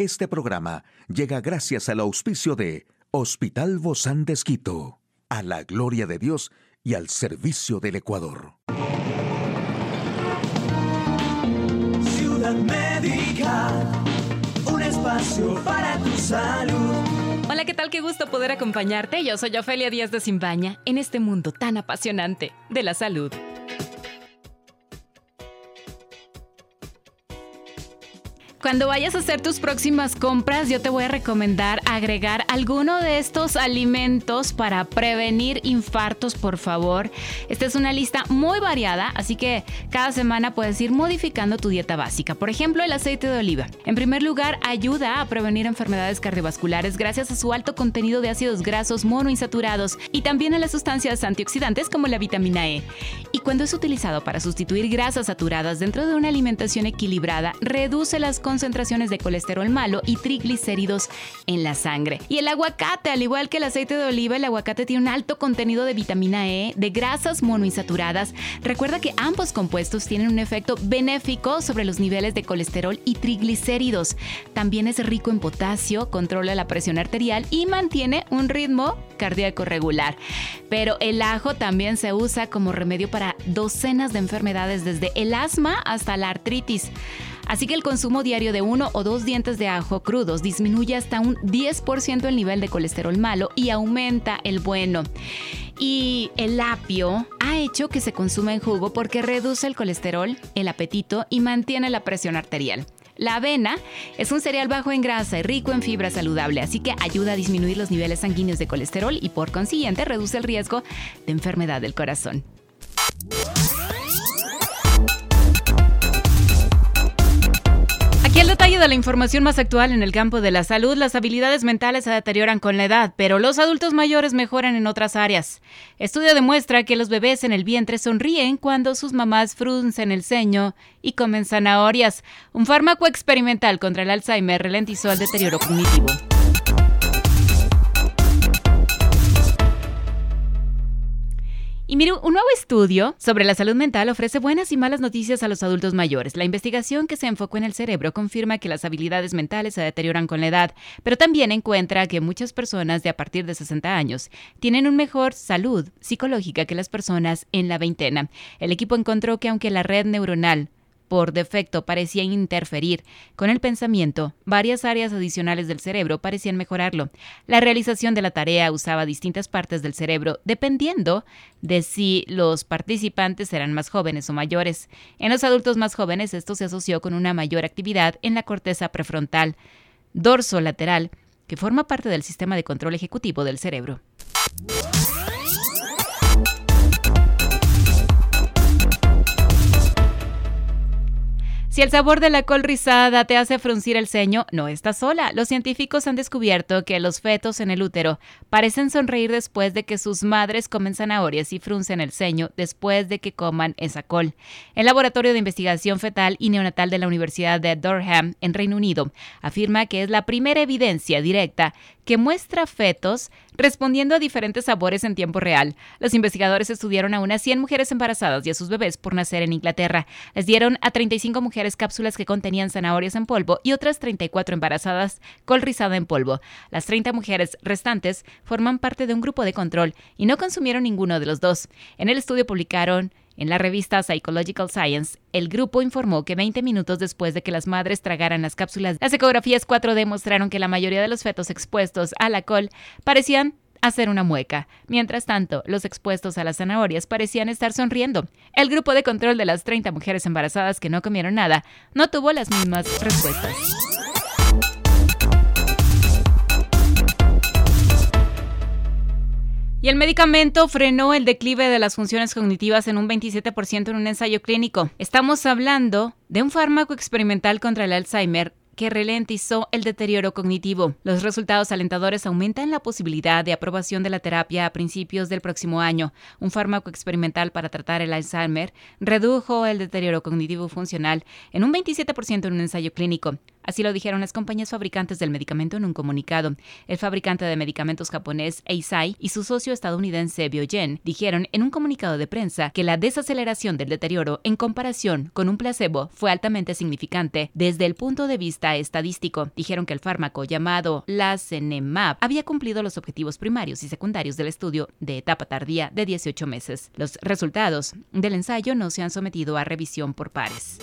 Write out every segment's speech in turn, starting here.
Este programa llega gracias al auspicio de Hospital Bozán de Esquito, a la gloria de Dios y al servicio del Ecuador. Ciudad Médica, un espacio para tu salud. Hola, ¿qué tal? Qué gusto poder acompañarte. Yo soy Ofelia Díaz de Simbaña en este mundo tan apasionante de la salud. Cuando vayas a hacer tus próximas compras, yo te voy a recomendar agregar alguno de estos alimentos para prevenir infartos, por favor. Esta es una lista muy variada, así que cada semana puedes ir modificando tu dieta básica. Por ejemplo, el aceite de oliva. En primer lugar, ayuda a prevenir enfermedades cardiovasculares gracias a su alto contenido de ácidos grasos monoinsaturados y también a las sustancias antioxidantes como la vitamina E. Y cuando es utilizado para sustituir grasas saturadas dentro de una alimentación equilibrada, reduce las concentraciones de colesterol malo y triglicéridos en la sangre. Y el aguacate, al igual que el aceite de oliva, el aguacate tiene un alto contenido de vitamina E, de grasas monoinsaturadas. Recuerda que ambos compuestos tienen un efecto benéfico sobre los niveles de colesterol y triglicéridos. También es rico en potasio, controla la presión arterial y mantiene un ritmo cardíaco regular. Pero el ajo también se usa como remedio para docenas de enfermedades, desde el asma hasta la artritis. Así que el consumo diario de 1 o 2 dientes de ajo crudos disminuye hasta un 10% el nivel de colesterol malo y aumenta el bueno. Y el apio ha hecho que se consuma en jugo porque reduce el colesterol, el apetito y mantiene la presión arterial. La avena es un cereal bajo en grasa y rico en fibra saludable, así que ayuda a disminuir los niveles sanguíneos de colesterol y por consiguiente reduce el riesgo de enfermedad del corazón. Aquí el detalle de la información más actual en el campo de la salud. Las habilidades mentales se deterioran con la edad, pero los adultos mayores mejoran en otras áreas. Estudio demuestra que los bebés en el vientre sonríen cuando sus mamás fruncen el ceño y comen zanahorias. Un fármaco experimental contra el Alzheimer ralentizó el deterioro cognitivo. Y mire, un nuevo estudio sobre la salud mental ofrece buenas y malas noticias a los adultos mayores. La investigación, que se enfocó en el cerebro, confirma que las habilidades mentales se deterioran con la edad, pero también encuentra que muchas personas de a partir de 60 años tienen una mejor salud psicológica que las personas en la veintena. El equipo encontró que aunque la red neuronal por defecto parecían interferir con el pensamiento, varias áreas adicionales del cerebro parecían mejorarlo. La realización de la tarea usaba distintas partes del cerebro dependiendo de si los participantes eran más jóvenes o mayores. En los adultos más jóvenes, esto se asoció con una mayor actividad en la corteza prefrontal dorsolateral, que forma parte del sistema de control ejecutivo del cerebro. Si el sabor de la col rizada te hace fruncir el ceño, no estás sola. Los científicos han descubierto que los fetos en el útero parecen sonreír después de que sus madres comen zanahorias y fruncen el ceño después de que coman esa col. El Laboratorio de Investigación Fetal y Neonatal de la Universidad de Durham, en Reino Unido, afirma que es la primera evidencia directa que muestra fetos respondiendo a diferentes sabores en tiempo real. Los investigadores estudiaron a unas 100 mujeres embarazadas y a sus bebés por nacer en Inglaterra. Les dieron a 35 mujeres cápsulas que contenían zanahorias en polvo y otras 34 embarazadas col rizada en polvo. Las 30 mujeres restantes forman parte de un grupo de control y no consumieron ninguno de los dos. En el estudio publicaron en la revista Psychological Science, el grupo informó que 20 minutos después de que las madres tragaran las cápsulas, las ecografías 4D mostraron que la mayoría de los fetos expuestos a la col parecían hacer una mueca. Mientras tanto, los expuestos a las zanahorias parecían estar sonriendo. El grupo de control de las 30 mujeres embarazadas que no comieron nada no tuvo las mismas respuestas. Y el medicamento frenó el declive de las funciones cognitivas en un 27% en un ensayo clínico. Estamos hablando de un fármaco experimental contra el Alzheimer que ralentizó el deterioro cognitivo. Los resultados alentadores aumentan la posibilidad de aprobación de la terapia a principios del próximo año. Un fármaco experimental para tratar el Alzheimer redujo el deterioro cognitivo funcional en un 27% en un ensayo clínico. Así lo dijeron las compañías fabricantes del medicamento en un comunicado. El fabricante de medicamentos japonés Eisai y su socio estadounidense Biogen dijeron en un comunicado de prensa que la desaceleración del deterioro en comparación con un placebo fue altamente significante desde el punto de vista estadístico. Dijeron que el fármaco llamado Lacenemab había cumplido los objetivos primarios y secundarios del estudio de etapa tardía de 18 meses. Los resultados del ensayo no se han sometido a revisión por pares.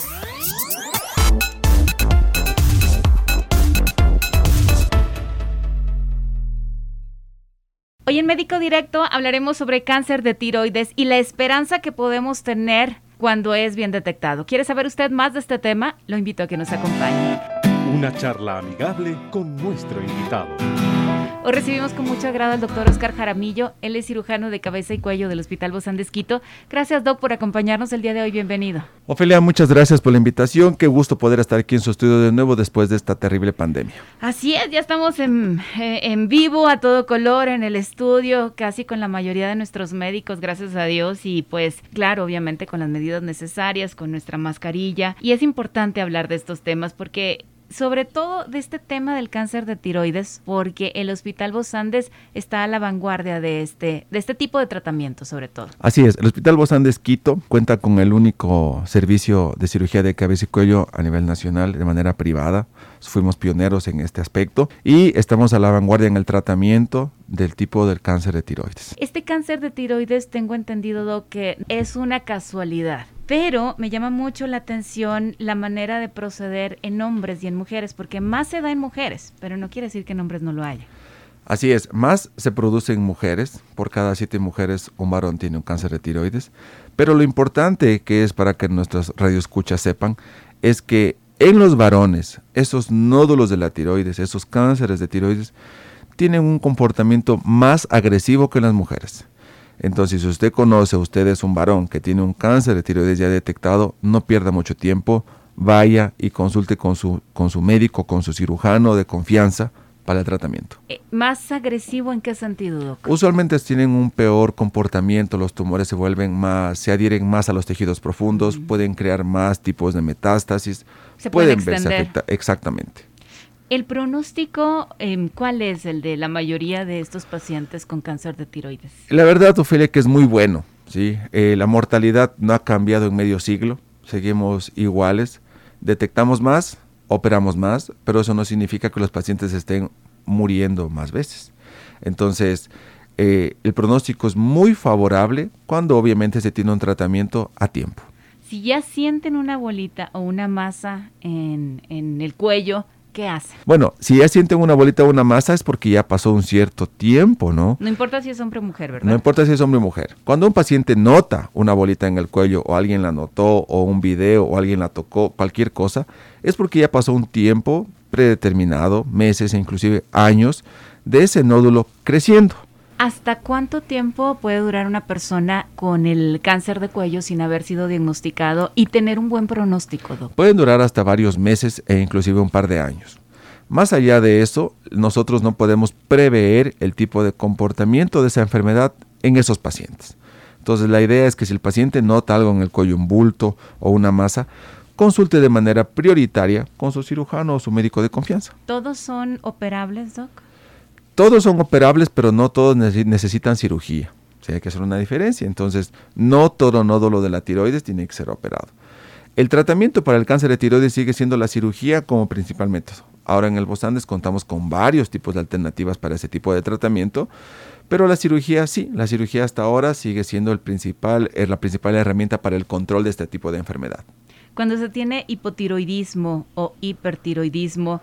Hoy en Médico Directo hablaremos sobre cáncer de tiroides y la esperanza que podemos tener cuando es bien detectado. ¿Quiere saber usted más de este tema? Lo invito a que nos acompañe. Una charla amigable con nuestro invitado. Hoy recibimos con mucho agrado al doctor Oscar Jaramillo. Él es cirujano de cabeza y cuello del Hospital Bozán de Esquito. Gracias, doc, por acompañarnos el día de hoy. Bienvenido. Ofelia, muchas gracias por la invitación. Qué gusto poder estar aquí en su estudio de nuevo después de esta terrible pandemia. Así es, ya estamos en vivo, a todo color, en el estudio, casi con la mayoría de nuestros médicos, gracias a Dios. Y pues, claro, obviamente con las medidas necesarias, con nuestra mascarilla. Y es importante hablar de estos temas porque... sobre todo de este tema del cáncer de tiroides, porque el Hospital Bozán de está a la vanguardia de este tipo de tratamiento, sobre todo. Así es, el Hospital Bozán de Esquito cuenta con el único servicio de cirugía de cabeza y cuello a nivel nacional de manera privada. Fuimos pioneros en este aspecto y estamos a la vanguardia en el tratamiento del tipo del cáncer de tiroides. Este cáncer de tiroides, tengo entendido, doc, que es una casualidad. Pero me llama mucho la atención la manera de proceder en hombres y en mujeres, porque más se da en mujeres, pero no quiere decir que en hombres no lo haya. Así es, más se produce en mujeres, por cada 7 mujeres un varón tiene un cáncer de tiroides, pero lo importante que es para que nuestras radioescuchas sepan es que en los varones, esos nódulos de la tiroides, esos cánceres de tiroides, tienen un comportamiento más agresivo que en las mujeres. Entonces, si usted conoce, usted es un varón que tiene un cáncer de tiroides ya detectado, no pierda mucho tiempo, vaya y consulte con su médico, con su cirujano de confianza para el tratamiento. ¿Más agresivo en qué sentido, doc? Usualmente tienen un peor comportamiento, los tumores se adhieren más a los tejidos profundos, pueden crear más tipos de metástasis, se pueden verse extender. Exactamente. ¿El pronóstico cuál es el de la mayoría de estos pacientes con cáncer de tiroides? La verdad, Ofelia, que es muy bueno, ¿sí? La mortalidad no ha cambiado en medio siglo, seguimos iguales, detectamos más, operamos más, pero eso no significa que los pacientes estén muriendo más veces. Entonces, el pronóstico es muy favorable cuando obviamente se tiene un tratamiento a tiempo. Si ya sienten una bolita o una masa en el cuello, ¿qué hacen? Bueno, si ya sienten una bolita o una masa es porque ya pasó un cierto tiempo, ¿no? No importa si es hombre o mujer, ¿verdad? No importa si es hombre o mujer. Cuando un paciente nota una bolita en el cuello o alguien la notó o un video o alguien la tocó, cualquier cosa, es porque ya pasó un tiempo predeterminado, meses e inclusive años, de ese nódulo creciendo. ¿Hasta cuánto tiempo puede durar una persona con el cáncer de cuello sin haber sido diagnosticado y tener un buen pronóstico, doctor? Pueden durar hasta varios meses e inclusive un par de años. Más allá de eso, nosotros no podemos prever el tipo de comportamiento de esa enfermedad en esos pacientes. Entonces, la idea es que si el paciente nota algo en el cuello, un bulto o una masa, consulte de manera prioritaria con su cirujano o su médico de confianza. ¿Todos son operables, doc? Todos son operables, pero no todos necesitan cirugía. O sea, hay que hacer una diferencia. Entonces, no todo nódulo de la tiroides tiene que ser operado. El tratamiento para el cáncer de tiroides sigue siendo la cirugía como principal método. Ahora en el Bozán contamos con varios tipos de alternativas para ese tipo de tratamiento, pero la cirugía sí, la cirugía hasta ahora sigue siendo la principal herramienta para el control de este tipo de enfermedad. Cuando se tiene hipotiroidismo o hipertiroidismo,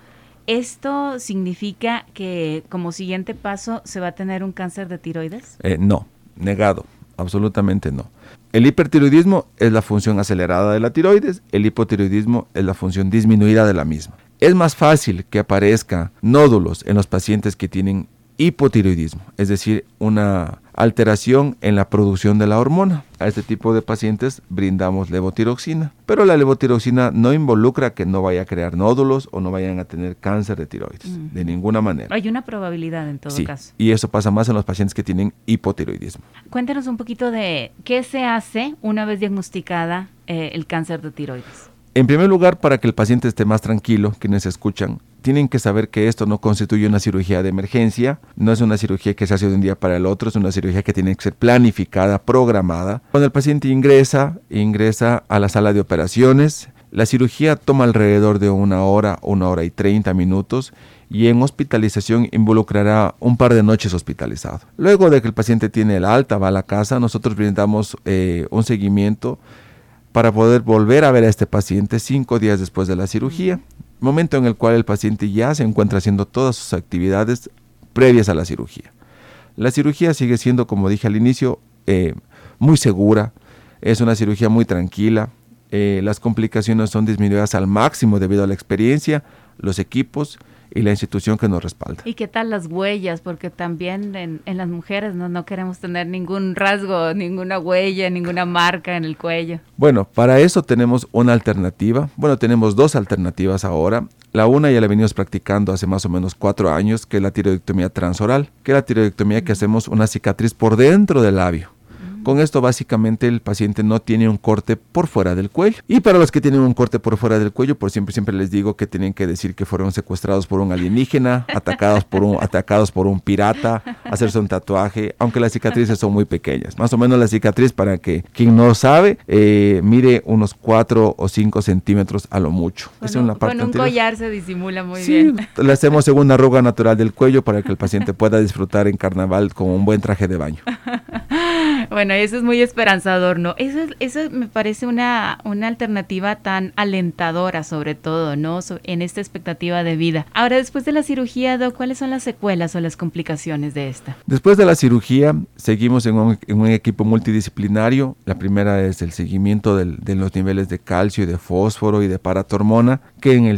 ¿esto significa que como siguiente paso se va a tener un cáncer de tiroides? No, negado, absolutamente no. El hipertiroidismo es la función acelerada de la tiroides, el hipotiroidismo es la función disminuida de la misma. Es más fácil que aparezcan nódulos en los pacientes que tienen hipotiroidismo, es decir, una alteración en la producción de la hormona. A este tipo de pacientes brindamos levotiroxina, pero la levotiroxina no involucra que no vaya a crear nódulos o no vayan a tener cáncer de tiroides, de ninguna manera. Hay una probabilidad en todo caso. Y eso pasa más en los pacientes que tienen hipotiroidismo. Cuéntanos un poquito de qué se hace una vez diagnosticada el cáncer de tiroides. En primer lugar, para que el paciente esté más tranquilo, quienes escuchan, tienen que saber que esto no constituye una cirugía de emergencia, no es una cirugía que se hace de un día para el otro, es una cirugía que tiene que ser planificada, programada. Cuando el paciente ingresa a la sala de operaciones, la cirugía toma alrededor de 1 hora y 30 minutos y en hospitalización involucrará un par de noches hospitalizado. Luego de que el paciente tiene el alta, va a la casa, nosotros brindamos un seguimiento para poder volver a ver a este paciente 5 días después de la cirugía, momento en el cual el paciente ya se encuentra haciendo todas sus actividades previas a la cirugía. La cirugía sigue siendo, como dije al inicio, muy segura, es una cirugía muy tranquila, las complicaciones son disminuidas al máximo debido a la experiencia, los equipos y la institución que nos respalda. ¿Y qué tal las huellas? Porque también en las mujeres no queremos tener ningún rasgo, ninguna huella, ninguna marca en el cuello. Bueno, para eso tenemos una alternativa. Bueno, tenemos 2 alternativas ahora. La una ya la venimos practicando hace más o menos 4 años, que es la tiroidectomía transoral, que es la tiroidectomía que hacemos una cicatriz por dentro del labio. Con esto básicamente el paciente no tiene un corte por fuera del cuello. Y para los que tienen un corte por fuera del cuello, por siempre les digo que tienen que decir que fueron secuestrados por un alienígena, atacados por un pirata, hacerse un tatuaje, aunque las cicatrices son muy pequeñas. Más o menos la cicatriz, para que quien no sabe, mide unos 4 o 5 centímetros a lo mucho. Con un collar se disimula muy sí, bien. Le hacemos según una arruga natural del cuello para que el paciente pueda disfrutar en carnaval con un buen traje de baño. Bueno, eso es muy esperanzador, ¿no? Eso me parece una alternativa tan alentadora, sobre todo, ¿no? En esta expectativa de vida. Ahora, después de la cirugía, Doc, ¿cuáles son las secuelas o las complicaciones de esta? Después de la cirugía, seguimos en un equipo multidisciplinario. La primera es el seguimiento de los niveles de calcio y de fósforo y de paratormona, que en el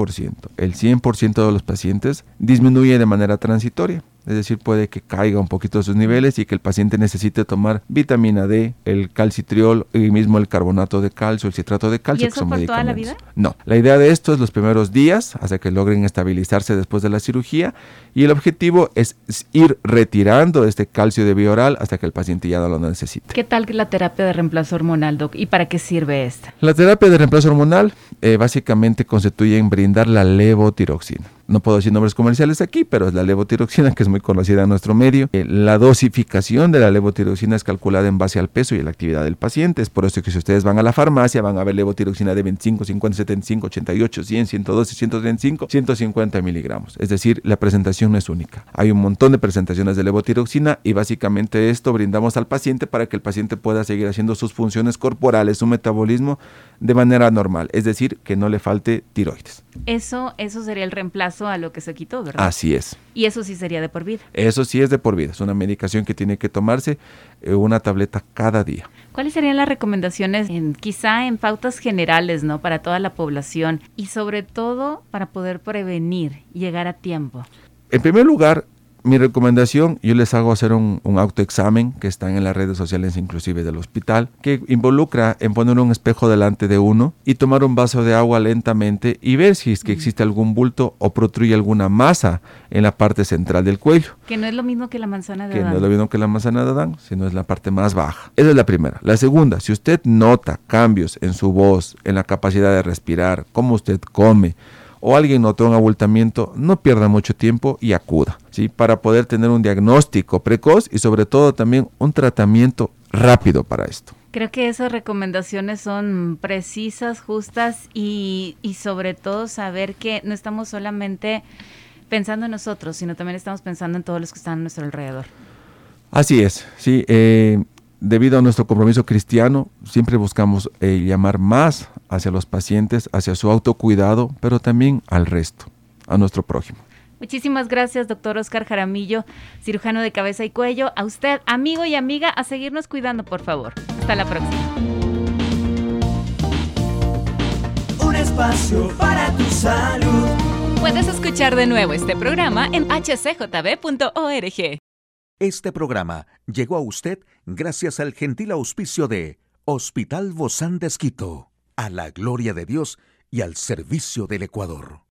100% de los pacientes disminuye de manera transitoria. Es decir, puede que caiga un poquito sus niveles y que el paciente necesite tomar vitamina D, el calcitriol y mismo el carbonato de calcio, el citrato de calcio. ¿Y eso por toda la vida? No, la idea de esto es los primeros días hasta que logren estabilizarse después de la cirugía, y el objetivo es ir retirando este calcio de vía oral hasta que el paciente ya no lo necesite. ¿Qué tal que la terapia de reemplazo hormonal, Doc? ¿Y para qué sirve esta? La terapia de reemplazo hormonal básicamente constituye en brindar la levotiroxina. No puedo decir nombres comerciales aquí, pero es la levotiroxina, que es muy conocida en nuestro medio. La dosificación de la levotiroxina es calculada en base al peso y la actividad del paciente. Es por eso que si ustedes van a la farmacia, van a ver levotiroxina de 25, 50, 75, 88, 100, 112, 135, 150 miligramos. Es decir, la presentación no es única. Hay un montón de presentaciones de levotiroxina y básicamente esto brindamos al paciente para que el paciente pueda seguir haciendo sus funciones corporales, su metabolismo de manera normal. Es decir, que no le falte tiroides. Eso sería el reemplazo a lo que se quitó, ¿verdad? Así es. Y eso sí sería de por vida. Eso sí es de por vida. Es una medicación que tiene que tomarse una tableta cada día. ¿Cuáles serían las recomendaciones, quizá en pautas generales, ¿no? Para toda la población y sobre todo para poder prevenir y llegar a tiempo? En primer lugar, mi recomendación, yo les hago hacer un autoexamen que están en las redes sociales inclusive del hospital, que involucra en poner un espejo delante de uno y tomar un vaso de agua lentamente y ver si es que existe algún bulto o protruye alguna masa en la parte central del cuello. Que no es lo mismo que la manzana de Adán. Que no es lo mismo que la manzana de Adán, sino es la parte más baja. Esa es la primera. La segunda, si usted nota cambios en su voz, en la capacidad de respirar, cómo usted come, o alguien notó un abultamiento, no pierda mucho tiempo y acuda, ¿sí? Para poder tener un diagnóstico precoz y sobre todo también un tratamiento rápido para esto. Creo que esas recomendaciones son precisas, justas y sobre todo saber que no estamos solamente pensando en nosotros, sino también estamos pensando en todos los que están a nuestro alrededor. Así es, sí. Debido a nuestro compromiso cristiano, siempre buscamos llamar más hacia los pacientes, hacia su autocuidado, pero también al resto, a nuestro prójimo. Muchísimas gracias, doctor Oscar Jaramillo, cirujano de cabeza y cuello. A usted, amigo y amiga, a seguirnos cuidando, por favor. Hasta la próxima. Un espacio para tu salud. Puedes escuchar de nuevo este programa en hcjb.org. Este programa llegó a usted gracias al gentil auspicio de Hospital Bozán de Esquito, a la gloria de Dios y al servicio del Ecuador.